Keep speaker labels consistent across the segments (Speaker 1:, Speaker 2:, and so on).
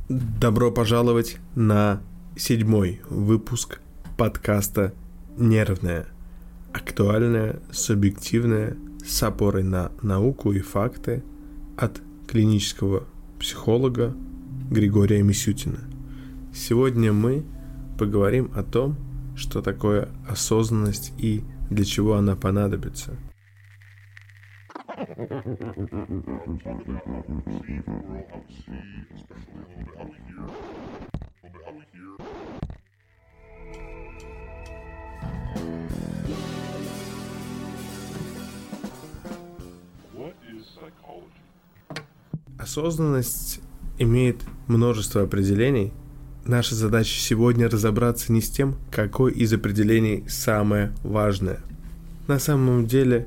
Speaker 1: Добро пожаловать на 7-й выпуск подкаста «Нервное». Актуальное, субъективное, с опорой на науку и факты от клинического психолога Григория Мисютина. Сегодня мы поговорим о том, что такое осознанность и для чего она понадобится. Осознанность имеет множество определений. Наша задача сегодня разобраться не с тем, какое из определений самое важное. На самом деле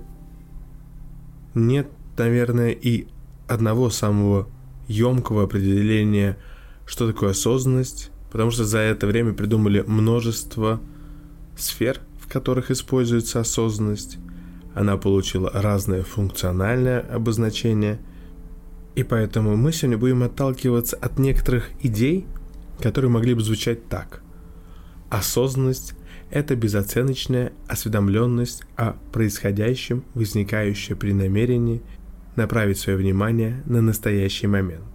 Speaker 1: нет, наверное, и одного самого емкого определения, что такое осознанность, потому что за это время придумали множество сфер, в которых используется осознанность. Она получила разное функциональное обозначение, и поэтому мы сегодня будем отталкиваться от некоторых идей, которые могли бы звучать так. Осознанность – это безоценочная осведомленность о происходящем, возникающее при намерении направить свое внимание на настоящий момент.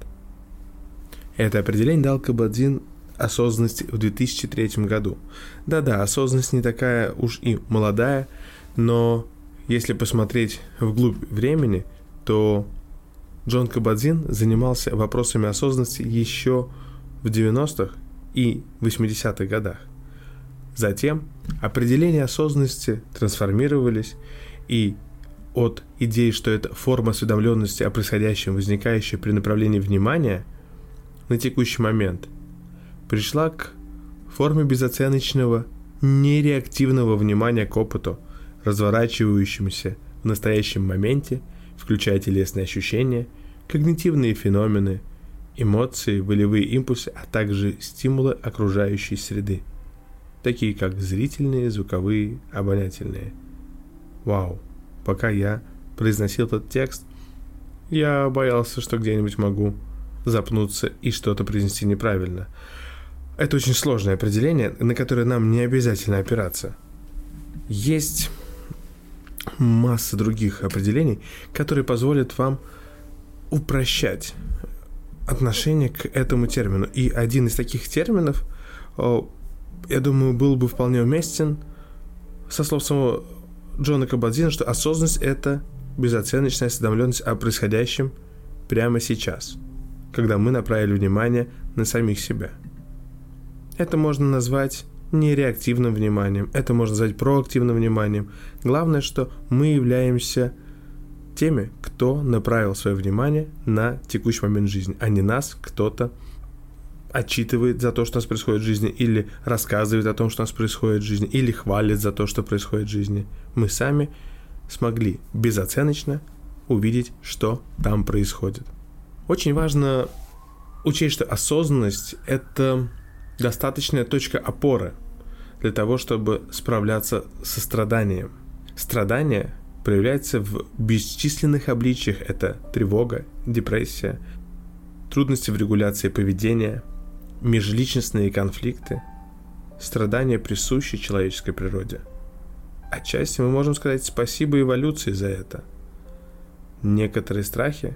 Speaker 1: Это определение дал Кабадзин осознанности в 2003 году. Да-да, осознанность не такая уж и молодая, но если посмотреть вглубь времени, то Джон Кабадзин занимался вопросами осознанности еще в 90-х и 80-х годах. Затем определения осознанности трансформировались, и от идеи, что это форма осведомленности о происходящем, возникающая при направлении внимания на текущий момент, пришла к форме безоценочного, нереактивного внимания к опыту, разворачивающемуся в настоящем моменте, включая телесные ощущения, когнитивные феномены, эмоции, волевые импульсы, а также стимулы окружающей среды, такие как зрительные, звуковые, обонятельные. Вау! Пока я произносил этот текст, я боялся, что где-нибудь могу запнуться и что-то произнести неправильно. Это очень сложное определение, на которое нам не обязательно опираться. Есть масса других определений, которые позволят вам упрощать отношение к этому термину. И один из таких терминов, я думаю, был бы вполне уместен со слов самого Джона Кабадзина, что осознанность – это безоценочная осведомленность о происходящем прямо сейчас, когда мы направили внимание на самих себя. Это можно назвать нереактивным вниманием, это можно назвать проактивным вниманием. Главное, что мы являемся теми, кто направил свое внимание на текущий момент жизни, а не нас кто-то отчитывает за то, что у нас происходит в жизни, или рассказывает о том, что у нас происходит в жизни, или хвалит за то, что происходит в жизни. Мы сами смогли безоценочно увидеть, что там происходит. Очень важно учесть, что осознанность – это достаточная точка опоры для того, чтобы справляться со страданием. Страдание проявляется в бесчисленных обличиях. Это тревога, депрессия, трудности в регуляции поведения, межличностные конфликты. Страдания присущи человеческой природе. Отчасти мы можем сказать спасибо эволюции за это. Некоторые страхи,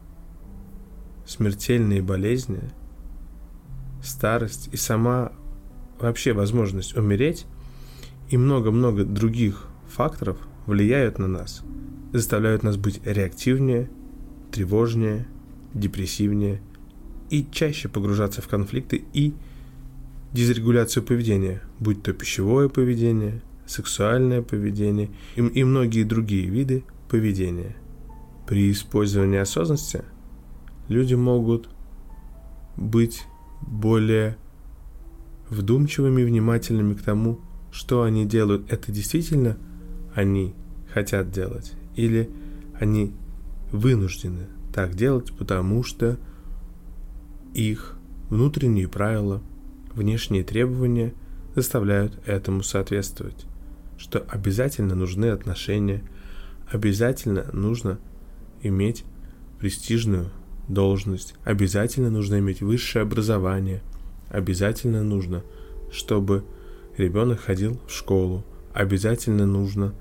Speaker 1: смертельные болезни, старость и сама вообще возможность умереть и много-много других факторов влияют на нас, заставляют нас быть реактивнее, тревожнее, депрессивнее и чаще погружаться в конфликты и дисрегуляцию поведения, будь то пищевое поведение, сексуальное поведение и многие другие виды поведения. При использовании осознанности люди могут быть более вдумчивыми и внимательными к тому, что они делают. Это действительно они хотят делать, или они вынуждены так делать, потому что их внутренние правила, внешние требования заставляют этому соответствовать, что обязательно нужны отношения, обязательно нужно иметь престижную должность, обязательно нужно иметь высшее образование, обязательно нужно, чтобы ребенок ходил в школу, обязательно нужно.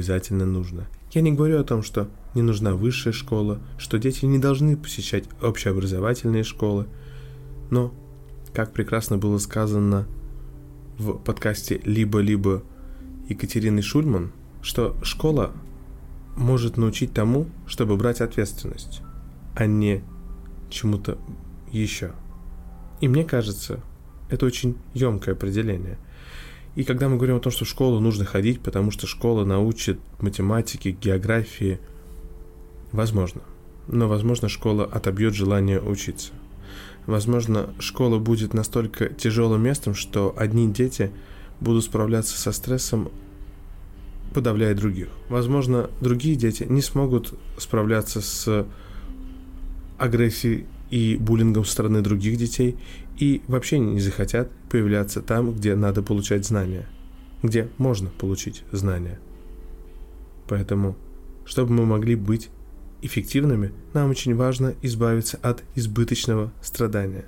Speaker 1: Я не говорю о том, что не нужна высшая школа, что дети не должны посещать общеобразовательные школы, но, как прекрасно было сказано в подкасте «Либо-либо» Екатерины Шульман, что школа может научить тому, чтобы брать ответственность, а не чему-то еще. И мне кажется, это очень емкое определение. И когда мы говорим о том, что в школу нужно ходить, потому что школа научит математике, географии, возможно. Но, возможно, школа отобьет желание учиться. Возможно, школа будет настолько тяжелым местом, что одни дети будут справляться со стрессом, подавляя других. Возможно, другие дети не смогут справляться с агрессией и буллингом со стороны других детей и вообще не захотят появляться там, где надо получать знания, где можно получить знания. Поэтому, чтобы мы могли быть эффективными, нам очень важно избавиться от избыточного страдания.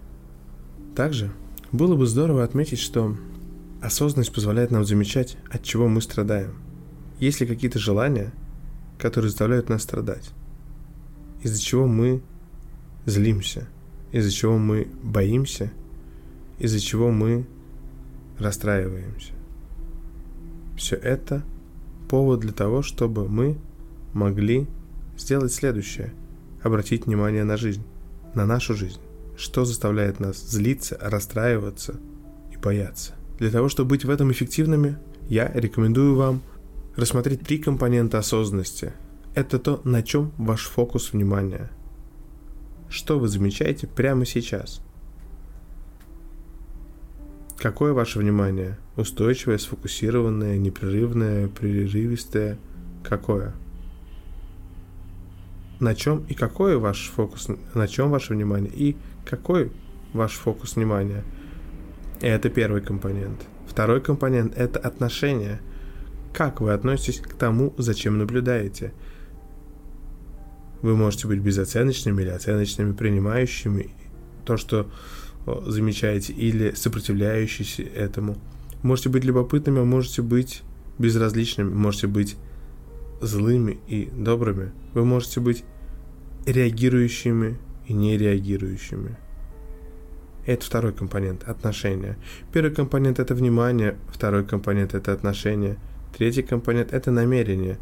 Speaker 1: Также было бы здорово отметить, что осознанность позволяет нам замечать, от чего мы страдаем. Есть ли какие-то желания, которые заставляют нас страдать, из-за чего мы злимся, из-за чего мы боимся, из-за чего мы расстраиваемся. Все это повод для того, чтобы мы могли сделать следующее: обратить внимание на жизнь, на нашу жизнь. Что заставляет нас злиться, расстраиваться и бояться. Для того, чтобы быть в этом эффективными, я рекомендую вам рассмотреть 3 компонента осознанности. Это то, на чем ваш фокус внимания. Что вы замечаете прямо сейчас? Какое ваше внимание? Устойчивое, сфокусированное, непрерывное, прерывистое? Какое? На чем и какой ваш фокус? На чем ваше внимание? И какой ваш фокус внимания? Это первый компонент. Второй компонент – это отношение. Как вы относитесь к тому, зачем наблюдаете? Вы можете быть безоценочными или оценочными, принимающими то, что замечаете, или сопротивляющиеся этому. Можете быть любопытными, а можете быть безразличными, можете быть злыми и добрыми. Вы можете быть реагирующими и не реагирующими. Это второй компонент – отношения. Первый компонент – это внимание, второй компонент – это отношения, третий компонент – это намерение.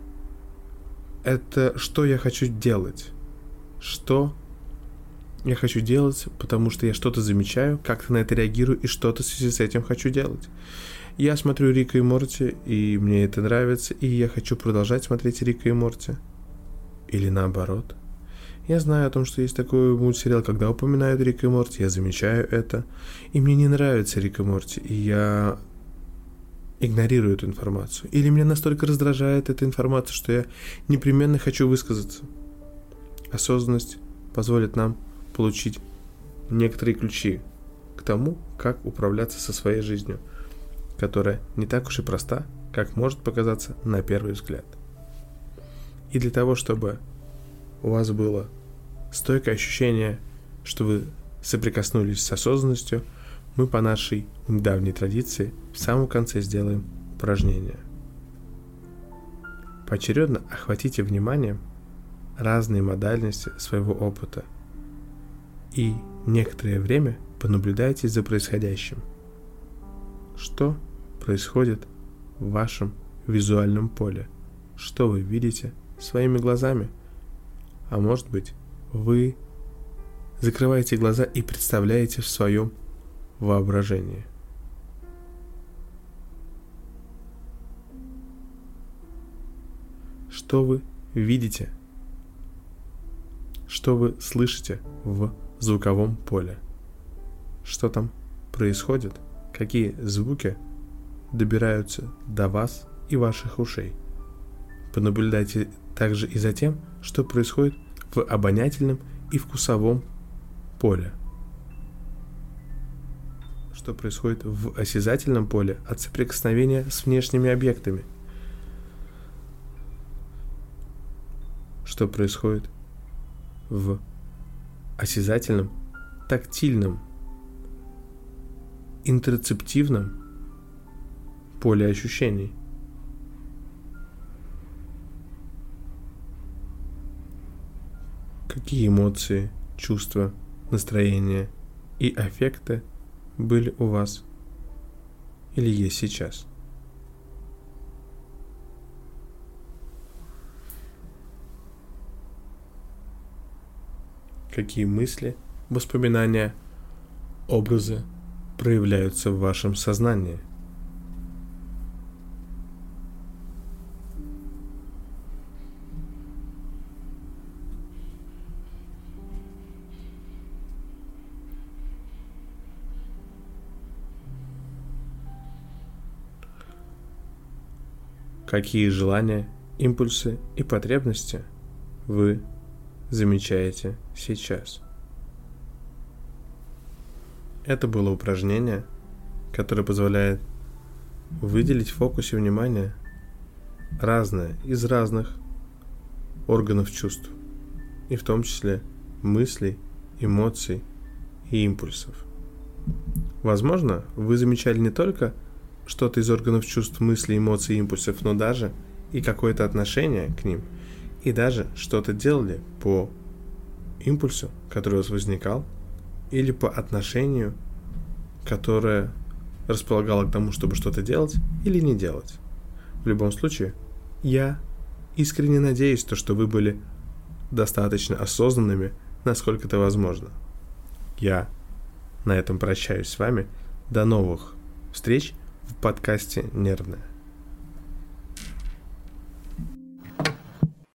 Speaker 1: Это что я хочу делать. Что я хочу делать, потому что я что-то замечаю, как-то на это реагирую и что-то в связи с этим хочу делать. Я смотрю Рика и Морти, и мне это нравится, и я хочу продолжать смотреть Рика и Морти. Или наоборот. Я знаю о том, что есть такой мультсериал, когда упоминают Рика и Морти, я замечаю это, и мне не нравится Рик и Морти, и я игнорирую эту информацию. Или меня настолько раздражает эта информация, что я непременно хочу высказаться. Осознанность позволит нам получить некоторые ключи к тому, как управляться со своей жизнью, которая не так уж и проста, как может показаться на первый взгляд. И для того, чтобы у вас было стойкое ощущение, что вы соприкоснулись с осознанностью, мы по нашей недавней традиции в самом конце сделаем упражнение. Поочередно охватите вниманием разные модальности своего опыта и некоторое время понаблюдайте за происходящим. Что происходит в вашем визуальном поле? Что вы видите своими глазами? А может быть, вы закрываете глаза и представляете в своем воображении. Что вы видите? Что вы слышите в звуковом поле? Что там происходит? Какие звуки добираются до вас и ваших ушей? Понаблюдайте также и за тем, что происходит в обонятельном и вкусовом поле. Что происходит в осязательном поле от соприкосновения с внешними объектами. Что происходит в осязательном, тактильном, интерцептивном поле ощущений. Какие эмоции, чувства, настроения и аффекты были у вас или есть сейчас? Какие мысли, воспоминания, образы проявляются в вашем сознании? Какие желания, импульсы и потребности вы замечаете сейчас? Это было упражнение, которое позволяет выделить в фокусе внимания разное из разных органов чувств, и в том числе мыслей, эмоций и импульсов. Возможно, вы замечали не только что-то из органов чувств, мыслей, эмоций и импульсов, но даже и какое-то отношение к ним, и даже что-то делали по импульсу, который у вас возникал, или по отношению, которое располагало к тому, чтобы что-то делать или не делать. В любом случае, я искренне надеюсь, что вы были достаточно осознанными, насколько это возможно. Я на этом прощаюсь с вами. До новых встреч в подкасте «Нервное».